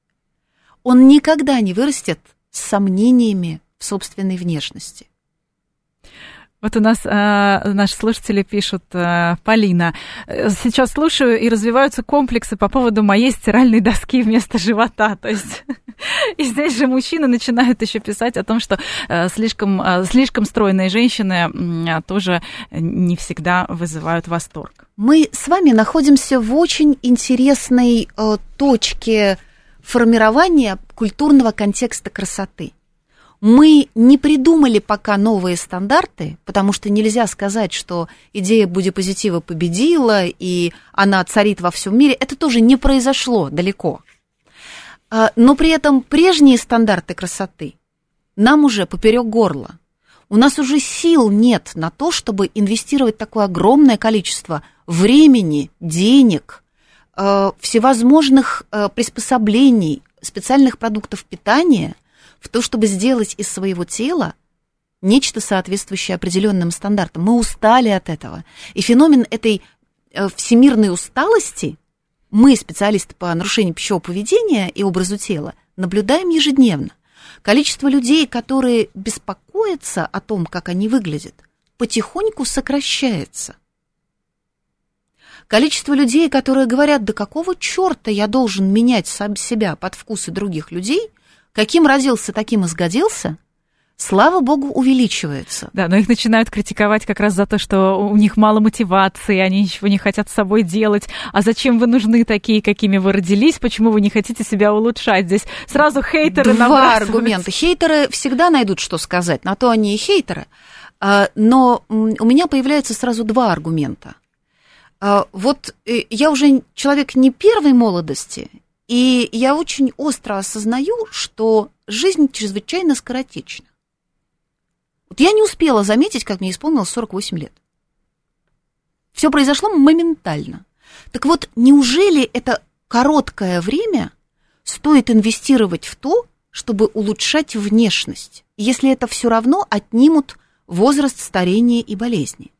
он никогда не вырастет с сомнениями в собственной внешности. Вот у нас наши слушатели пишут, Полина, сейчас слушаю, и развиваются комплексы по поводу моей стиральной доски вместо живота. То есть и здесь же мужчины начинают еще писать о том, что слишком стройные женщины тоже не всегда вызывают восторг. Мы с вами находимся в очень интересной точке формирования культурного контекста красоты. Мы не придумали пока новые стандарты, потому что нельзя сказать, что идея бодипозитива победила, и она царит во всем мире. Это тоже не произошло далеко. Но при этом прежние стандарты красоты нам уже поперек горла. У нас уже сил нет на то, чтобы инвестировать такое огромное количество времени, денег, всевозможных приспособлений, специальных продуктов питания в то, чтобы сделать из своего тела нечто, соответствующее определенным стандартам. Мы устали от этого. И феномен этой всемирной усталости мы, специалисты по нарушению пищевого поведения и образу тела, наблюдаем ежедневно. Количество людей, которые беспокоятся о том, как они выглядят, потихоньку сокращается. Количество людей, которые говорят, да какого черта я должен менять сам себя под вкусы других людей, каким родился, таким и сгодился, слава богу, увеличивается. Да, но их начинают критиковать как раз за то, что у них мало мотивации, они ничего не хотят с собой делать. А зачем вы нужны такие, какими вы родились? Почему вы не хотите себя улучшать? Здесь сразу хейтеры набрасываются. Два аргумента. Хейтеры всегда найдут, что сказать, на то они и хейтеры. Но у меня появляются сразу два аргумента. Вот я уже человек не первой молодости, и я очень остро осознаю, что жизнь чрезвычайно скоротечна. Вот я не успела заметить, как мне исполнилось 48 лет. Все произошло моментально. Так вот, неужели это короткое время стоит инвестировать в то, чтобы улучшать внешность, если это все равно отнимут возраст старения и болезни?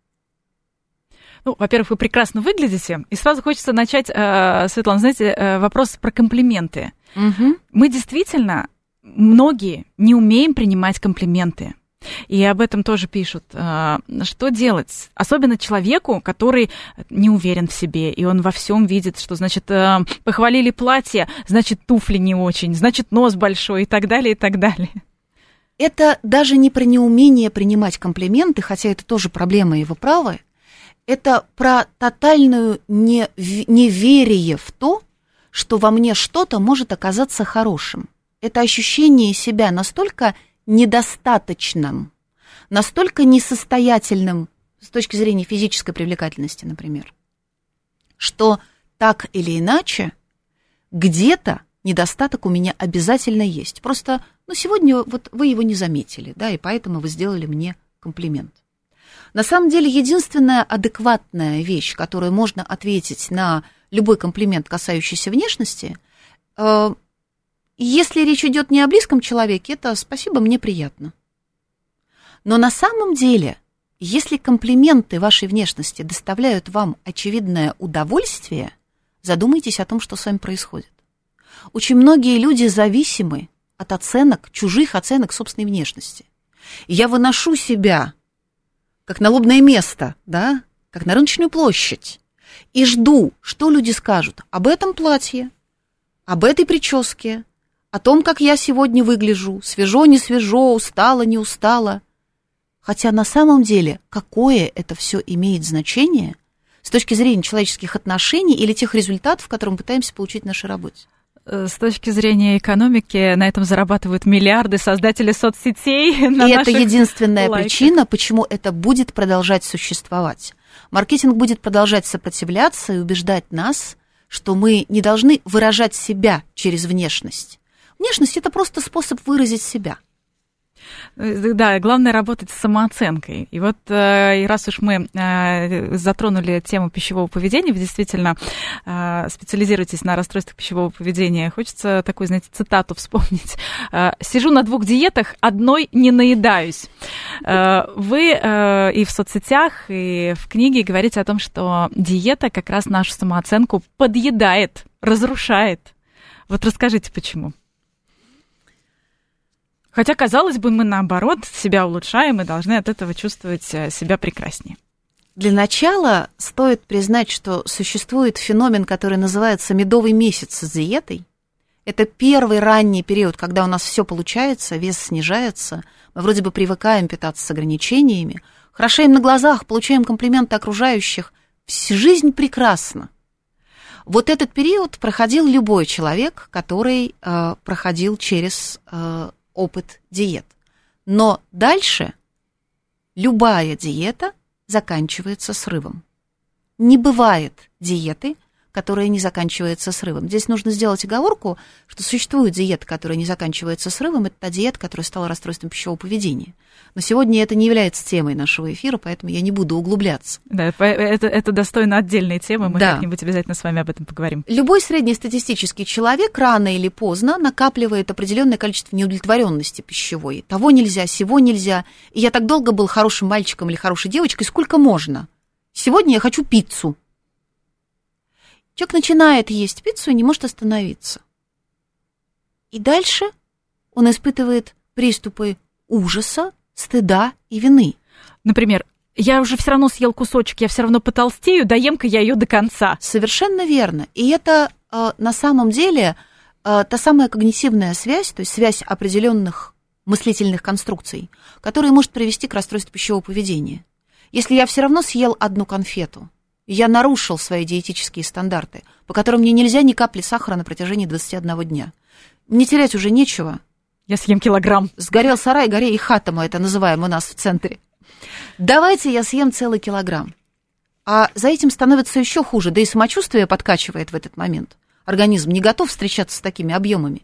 Ну, во-первых, вы прекрасно выглядите, и сразу хочется начать, Светлана, знаете, вопрос про комплименты. Угу. Мы действительно, многие, не умеем принимать комплименты. И об этом тоже пишут. Что делать? Особенно человеку, который не уверен в себе, и он во всем видит, что, значит, похвалили платье, значит, туфли не очень, значит, нос большой и так далее, и так далее. Это даже не про неумение принимать комплименты, хотя это тоже проблема, и вы правы. Это про тотальную неверие в то, что во мне что-то может оказаться хорошим. Это ощущение себя настолько недостаточным, настолько несостоятельным с точки зрения физической привлекательности, например, что так или иначе где-то недостаток у меня обязательно есть. Просто, сегодня вот вы его не заметили, да, и поэтому вы сделали мне комплимент. На самом деле, единственная адекватная вещь, которую можно ответить на любой комплимент, касающийся внешности, если речь идет не о близком человеке, это «спасибо, мне приятно». Но на самом деле, если комплименты вашей внешности доставляют вам очевидное удовольствие, задумайтесь о том, что с вами происходит. Очень многие люди зависимы от оценок, чужих оценок собственной внешности. Я выношу себя как налобное место, да, как на рыночную площадь, и жду, что люди скажут об этом платье, об этой прическе, о том, как я сегодня выгляжу, свежо, не свежо, устала, не устала. Хотя на самом деле, какое это все имеет значение с точки зрения человеческих отношений или тех результатов, которые мы пытаемся получить в нашей работе? С точки зрения экономики, на этом зарабатывают миллиарды создатели соцсетей. И это единственная причина, почему это будет продолжать существовать. Маркетинг будет продолжать сопротивляться и убеждать нас, что мы не должны выражать себя через внешность. Внешность – это просто способ выразить себя. Да, главное работать с самооценкой. И вот раз уж мы затронули тему пищевого поведения, вы действительно специализируетесь на расстройствах пищевого поведения, хочется такую, знаете, цитату вспомнить. «Сижу на 2 диетах, одной не наедаюсь». Вы и в соцсетях, и в книге говорите о том, что диета как раз нашу самооценку подъедает, разрушает. Вот расскажите, почему? Хотя, казалось бы, мы, наоборот, себя улучшаем и должны от этого чувствовать себя прекраснее. Для начала стоит признать, что существует феномен, который называется медовый месяц с диетой. Это первый ранний период, когда у нас все получается, вес снижается, мы вроде бы привыкаем питаться с ограничениями, хорошеем на глазах, получаем комплименты окружающих. Жизнь прекрасна. Вот этот период проходил любой человек, который проходил через опыт диет. Но дальше любая диета заканчивается срывом. Не бывает диеты, которая не заканчивается срывом. Здесь нужно сделать оговорку, что существует диета, которая не заканчивается срывом, это та диета, которая стала расстройством пищевого поведения. Но сегодня это не является темой нашего эфира, поэтому я не буду углубляться. Да, это достойно отдельной темы, мы как-нибудь обязательно с вами об этом поговорим. Любой среднестатистический человек рано или поздно накапливает определенное количество неудовлетворенности пищевой. Того нельзя, сего нельзя. И я так долго был хорошим мальчиком или хорошей девочкой, сколько можно. Сегодня я хочу пиццу. Человек начинает есть пиццу и не может остановиться. И дальше он испытывает приступы ужаса, стыда и вины. Например, я уже все равно съел кусочек, я все равно потолстею, доем-ка я ее до конца. Совершенно верно. И это на самом деле та самая когнитивная связь, то есть связь определенных мыслительных конструкций, которая может привести к расстройству пищевого поведения. Если я все равно съел одну конфету, я нарушил свои диетические стандарты, по которым мне нельзя ни капли сахара на протяжении 21 дня. Мне терять уже нечего. Я съем килограмм. Сгорел сарай, горе и хата, мы это называем у нас в центре. Давайте я съем целый килограмм. А за этим становится еще хуже, да и самочувствие подкачивает в этот момент. Организм не готов встречаться с такими объемами.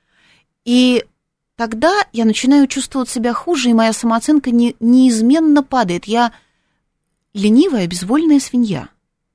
И тогда я начинаю чувствовать себя хуже, и моя самооценка неизменно падает. Я ленивая, безвольная свинья.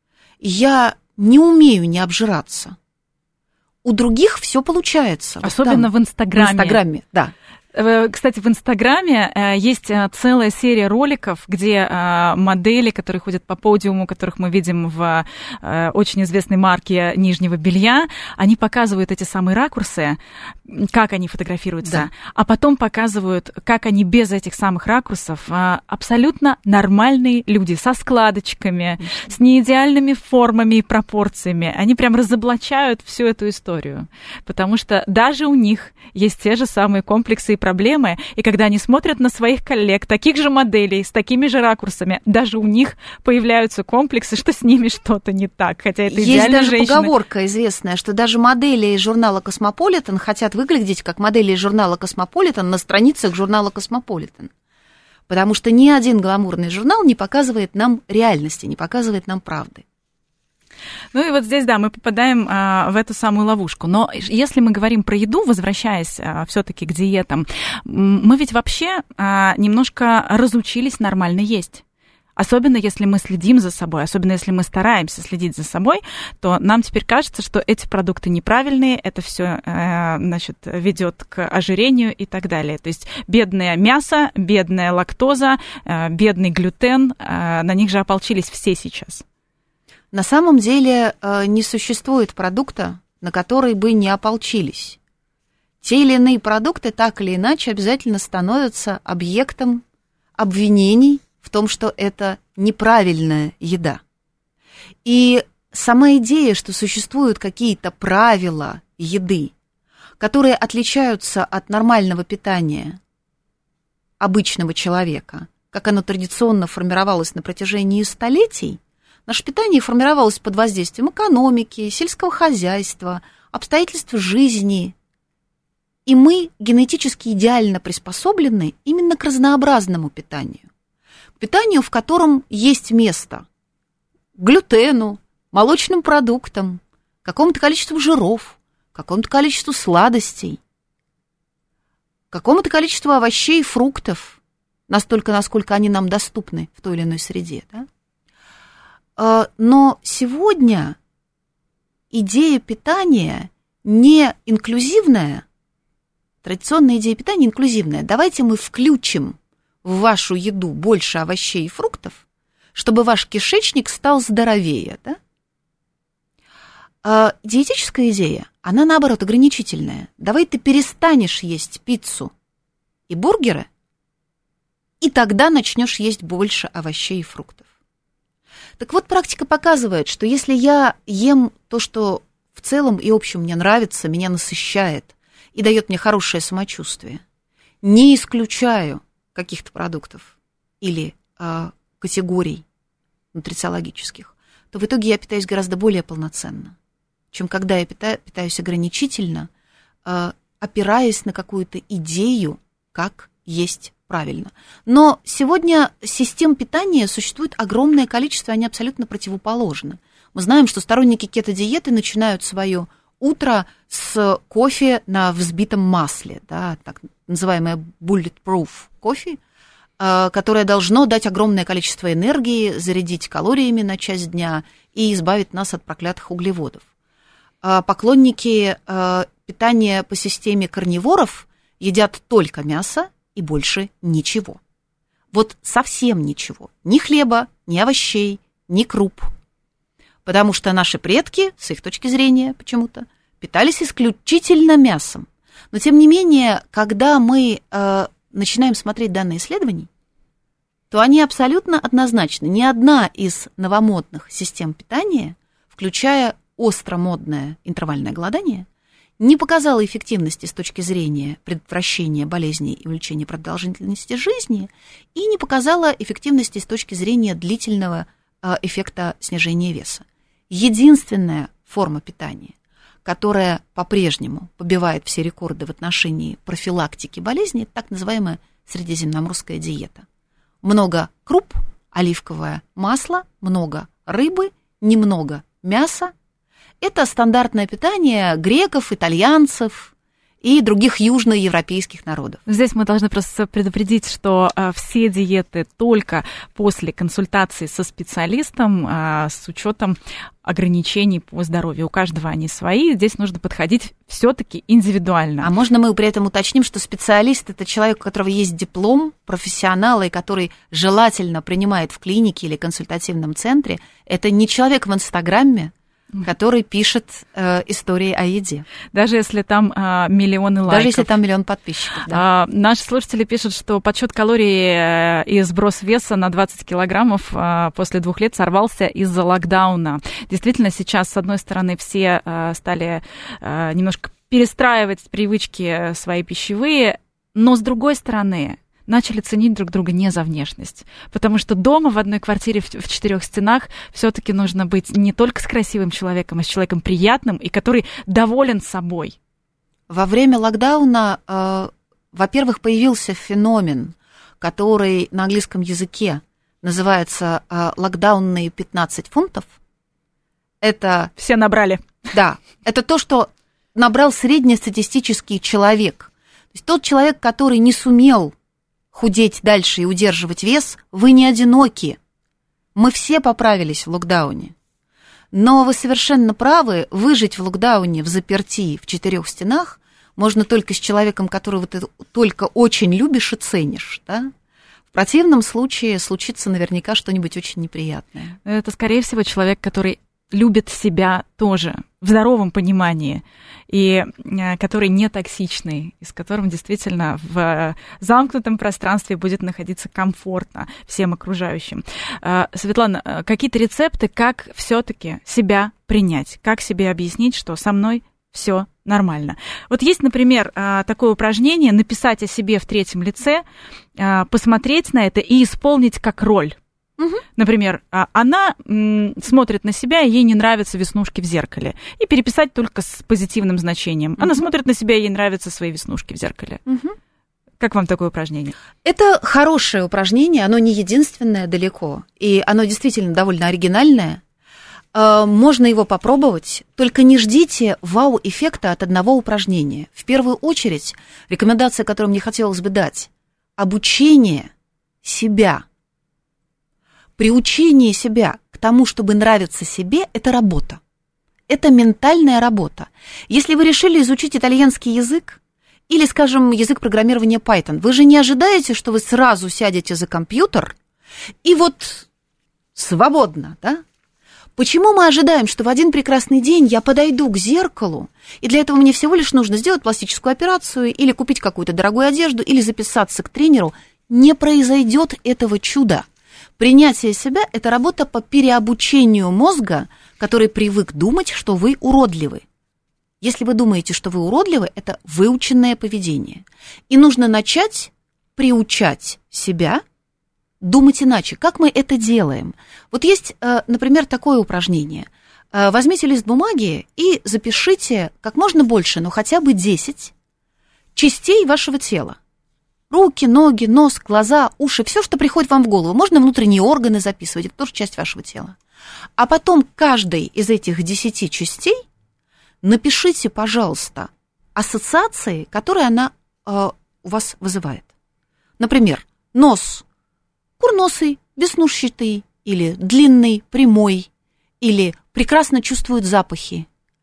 Я не умею не обжираться. У других все получается. Особенно в Инстаграме. В Инстаграме, да. Кстати, в Инстаграме есть целая серия роликов, где модели, которые ходят по подиуму, которых мы видим в очень известной марке нижнего белья, они показывают эти самые ракурсы, как они фотографируются, да. А потом показывают, как они без этих самых ракурсов абсолютно нормальные люди, со складочками, с неидеальными формами и пропорциями. Они прям разоблачают всю эту историю, потому что даже у них есть те же самые комплексы и проблемы, и когда они смотрят на своих коллег, таких же моделей, с такими же ракурсами, даже у них появляются комплексы, что с ними что-то не так, хотя это идеальная женщина. Есть даже поговорка известная, что даже модели из журнала «Космополитен» хотят выглядеть как модели из журнала «Космополитен» на страницах журнала «Космополитен». Потому что ни один гламурный журнал не показывает нам реальности, не показывает нам правды. Ну и вот здесь, да, мы попадаем в эту самую ловушку. Но если мы говорим про еду, возвращаясь все-таки к диетам, мы ведь вообще немножко разучились нормально есть. Особенно если мы следим за собой, особенно если мы стараемся следить за собой, то нам теперь кажется, что эти продукты неправильные, это все, ведет к ожирению и так далее. То есть бедное мясо, бедная лактоза, бедный глютен, на них же ополчились все сейчас. На самом деле не существует продукта, на который бы не ополчились. Те или иные продукты так или иначе обязательно становятся объектом обвинений в том, что это неправильная еда. И сама идея, что существуют какие-то правила еды, которые отличаются от нормального питания обычного человека, как оно традиционно формировалось на протяжении столетий, наше питание формировалось под воздействием экономики, сельского хозяйства, обстоятельств жизни. И мы генетически идеально приспособлены именно к разнообразному питанию. К питанию, в котором есть место глютену, молочным продуктам, какому-то количеству жиров, какому-то количеству сладостей, какому-то количеству овощей и фруктов, настолько, насколько они нам доступны в той или иной среде. Да? Но сегодня идея питания не инклюзивная, традиционная идея питания инклюзивная. Давайте мы включим в вашу еду больше овощей и фруктов, чтобы ваш кишечник стал здоровее. Да? Диетическая идея, она наоборот ограничительная. Давай ты перестанешь есть пиццу и бургеры, и тогда начнешь есть больше овощей и фруктов. Так вот, практика показывает, что если я ем то, что в целом и общем мне нравится, меня насыщает и дает мне хорошее самочувствие, не исключаю каких-то продуктов или категорий нутрициологических, то в итоге я питаюсь гораздо более полноценно, чем когда я питаюсь ограничительно, опираясь на какую-то идею, как есть правильно. Но сегодня систем питания существует огромное количество, они абсолютно противоположны. Мы знаем, что сторонники кето-диеты начинают свое утро с кофе на взбитом масле, да, так называемое bulletproof кофе, которое должно дать огромное количество энергии, зарядить калориями на часть дня и избавить нас от проклятых углеводов. Поклонники питания по системе карниворов едят только мясо и больше ничего. Вот совсем ничего. Ни хлеба, ни овощей, ни круп. Потому что наши предки, с их точки зрения почему-то, питались исключительно мясом. Но, тем не менее, когда мы начинаем смотреть данные исследований, то они абсолютно однозначны. Ни одна из новомодных систем питания, включая остромодное интервальное голодание, не показала эффективности с точки зрения предотвращения болезней и увеличения продолжительности жизни, и не показала эффективности с точки зрения длительного эффекта снижения веса. Единственная форма питания, которая по-прежнему побивает все рекорды в отношении профилактики болезней, это так называемая средиземноморская диета. Много круп, оливковое масло, много рыбы, немного мяса. Это стандартное питание греков, итальянцев и других южноевропейских народов. Здесь мы должны просто предупредить, что все диеты только после консультации со специалистом с учетом ограничений по здоровью. У каждого они свои. Здесь нужно подходить все-таки индивидуально. А можно мы при этом уточним, что специалист – это человек, у которого есть диплом, профессионал, и который желательно принимает в клинике или консультативном центре. Это не человек в Инстаграме, который пишет истории о еде. Даже если там миллионы лайков. Даже если там миллион подписчиков. Да. Наши слушатели пишут, что подсчет калорий и сброс веса на 20 килограммов после 2 лет сорвался из-за локдауна. Действительно, сейчас, с одной стороны, все стали немножко перестраивать привычки свои пищевые, но с другой стороны начали ценить друг друга не за внешность. Потому что дома в одной квартире в 4 стенах все-таки нужно быть не только с красивым человеком, а с человеком приятным и который доволен собой. Во время локдауна, во-первых, появился феномен, который на английском языке называется локдаунные 15 фунтов. Это... Все набрали. Да, это то, что набрал среднестатистический человек. То есть тот человек, который не сумел худеть дальше и удерживать вес, вы не одиноки. Мы все поправились в локдауне. Но вы совершенно правы, выжить в локдауне, в заперти, в 4 стенах можно только с человеком, которого ты только очень любишь и ценишь, да? В противном случае случится наверняка что-нибудь очень неприятное. Это, скорее всего, человек, который любит себя тоже, в здоровом понимании, и который не токсичный, и с которым действительно в замкнутом пространстве будет находиться комфортно всем окружающим. Светлана, какие-то рецепты, как все-таки себя принять, как себе объяснить, что со мной все нормально? Вот есть, например, такое упражнение: написать о себе в 3-м лице, посмотреть на это и исполнить как роль. Угу. Например, она смотрит на себя, и ей не нравятся веснушки в зеркале. И переписать только с позитивным значением. Она смотрит на себя, и ей нравятся свои веснушки в зеркале. Угу. Как вам такое упражнение? Это хорошее упражнение, оно не единственное далеко. И оно действительно довольно оригинальное. Можно его попробовать, только не ждите вау-эффекта от одного упражнения. В первую очередь, рекомендация, которую мне хотелось бы дать: обучение себя. Приучение себя к тому, чтобы нравиться себе, это работа. Это ментальная работа. Если вы решили изучить итальянский язык или, скажем, язык программирования Python, вы же не ожидаете, что вы сразу сядете за компьютер и вот свободно, да? Почему мы ожидаем, что в один прекрасный день я подойду к зеркалу, и для этого мне всего лишь нужно сделать пластическую операцию или купить какую-то дорогую одежду, или записаться к тренеру? Не произойдет этого чуда. Принятие себя – это работа по переобучению мозга, который привык думать, что вы уродливы. Если вы думаете, что вы уродливы, это выученное поведение. И нужно начать приучать себя думать иначе. Как мы это делаем? Вот есть, например, такое упражнение. Возьмите лист бумаги и запишите как можно больше, но хотя бы 10 частей вашего тела. Руки, ноги, нос, глаза, уши, все, что приходит вам в голову. Можно внутренние органы записывать, это тоже часть вашего тела. А потом каждой из этих 10 частей напишите, пожалуйста, ассоциации, которые она у вас вызывает. Например, нос курносый, веснушчатый, или длинный, прямой, или прекрасно чувствует запахи.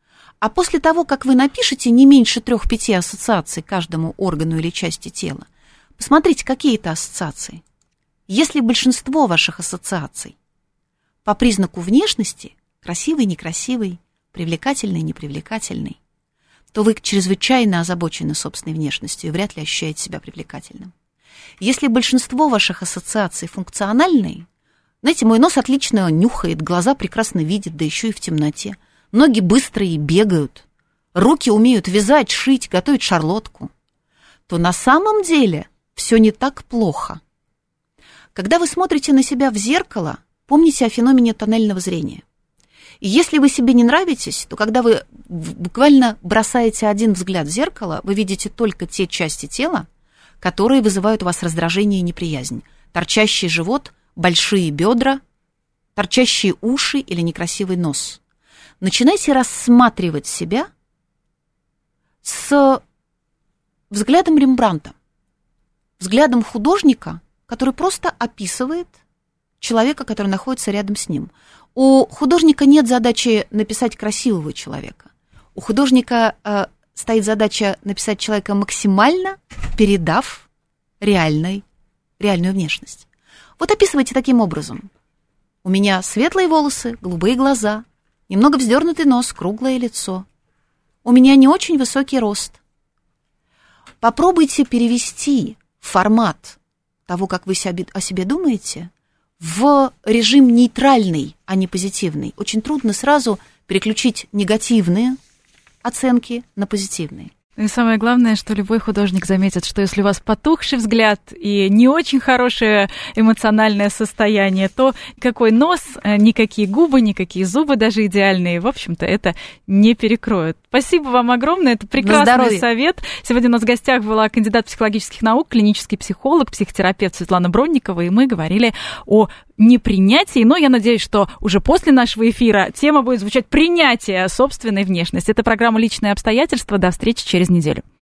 А после того, как вы напишете не меньше 3-5 ассоциаций каждому органу или части тела, посмотрите, какие это ассоциации. Если большинство ваших ассоциаций по признаку внешности, красивый, некрасивый, привлекательный, непривлекательный, то вы чрезвычайно озабочены собственной внешностью и вряд ли ощущаете себя привлекательным. Если большинство ваших ассоциаций функциональные, знаете, мой нос отлично нюхает, глаза прекрасно видят, да еще и в темноте, ноги быстрые бегают, руки умеют вязать, шить, готовить шарлотку, то на самом деле все не так плохо. Когда вы смотрите на себя в зеркало, помните о феномене тоннельного зрения. И если вы себе не нравитесь, то когда вы буквально бросаете один взгляд в зеркало, вы видите только те части тела, которые вызывают у вас раздражение и неприязнь. Торчащий живот, большие бедра, торчащие уши или некрасивый нос. Начинайте рассматривать себя с взглядом Рембрандта, взглядом художника, который просто описывает человека, который находится рядом с ним. У художника нет задачи написать красивого человека. У художника стоит задача написать человека, максимально передав реальную внешность. Вот описывайте таким образом. У меня светлые волосы, голубые глаза, немного вздернутый нос, круглое лицо. У меня не очень высокий рост. Попробуйте перевести формат того, как вы о себе думаете, в режим нейтральный, а не позитивный. Очень трудно сразу переключить негативные оценки на позитивные. И самое главное, что любой художник заметит, что если у вас потухший взгляд и не очень хорошее эмоциональное состояние, то никакой нос, никакие губы, никакие зубы, даже идеальные, в общем-то, это не перекроют. Спасибо вам огромное, это прекрасный совет. Сегодня у нас в гостях была кандидат психологических наук, клинический психолог, психотерапевт Светлана Бронникова, и мы говорили о непринятии, но я надеюсь, что уже после нашего эфира тема будет звучать «Принятие собственной внешности». Это программа «Личные обстоятельства». До встречи через неделю.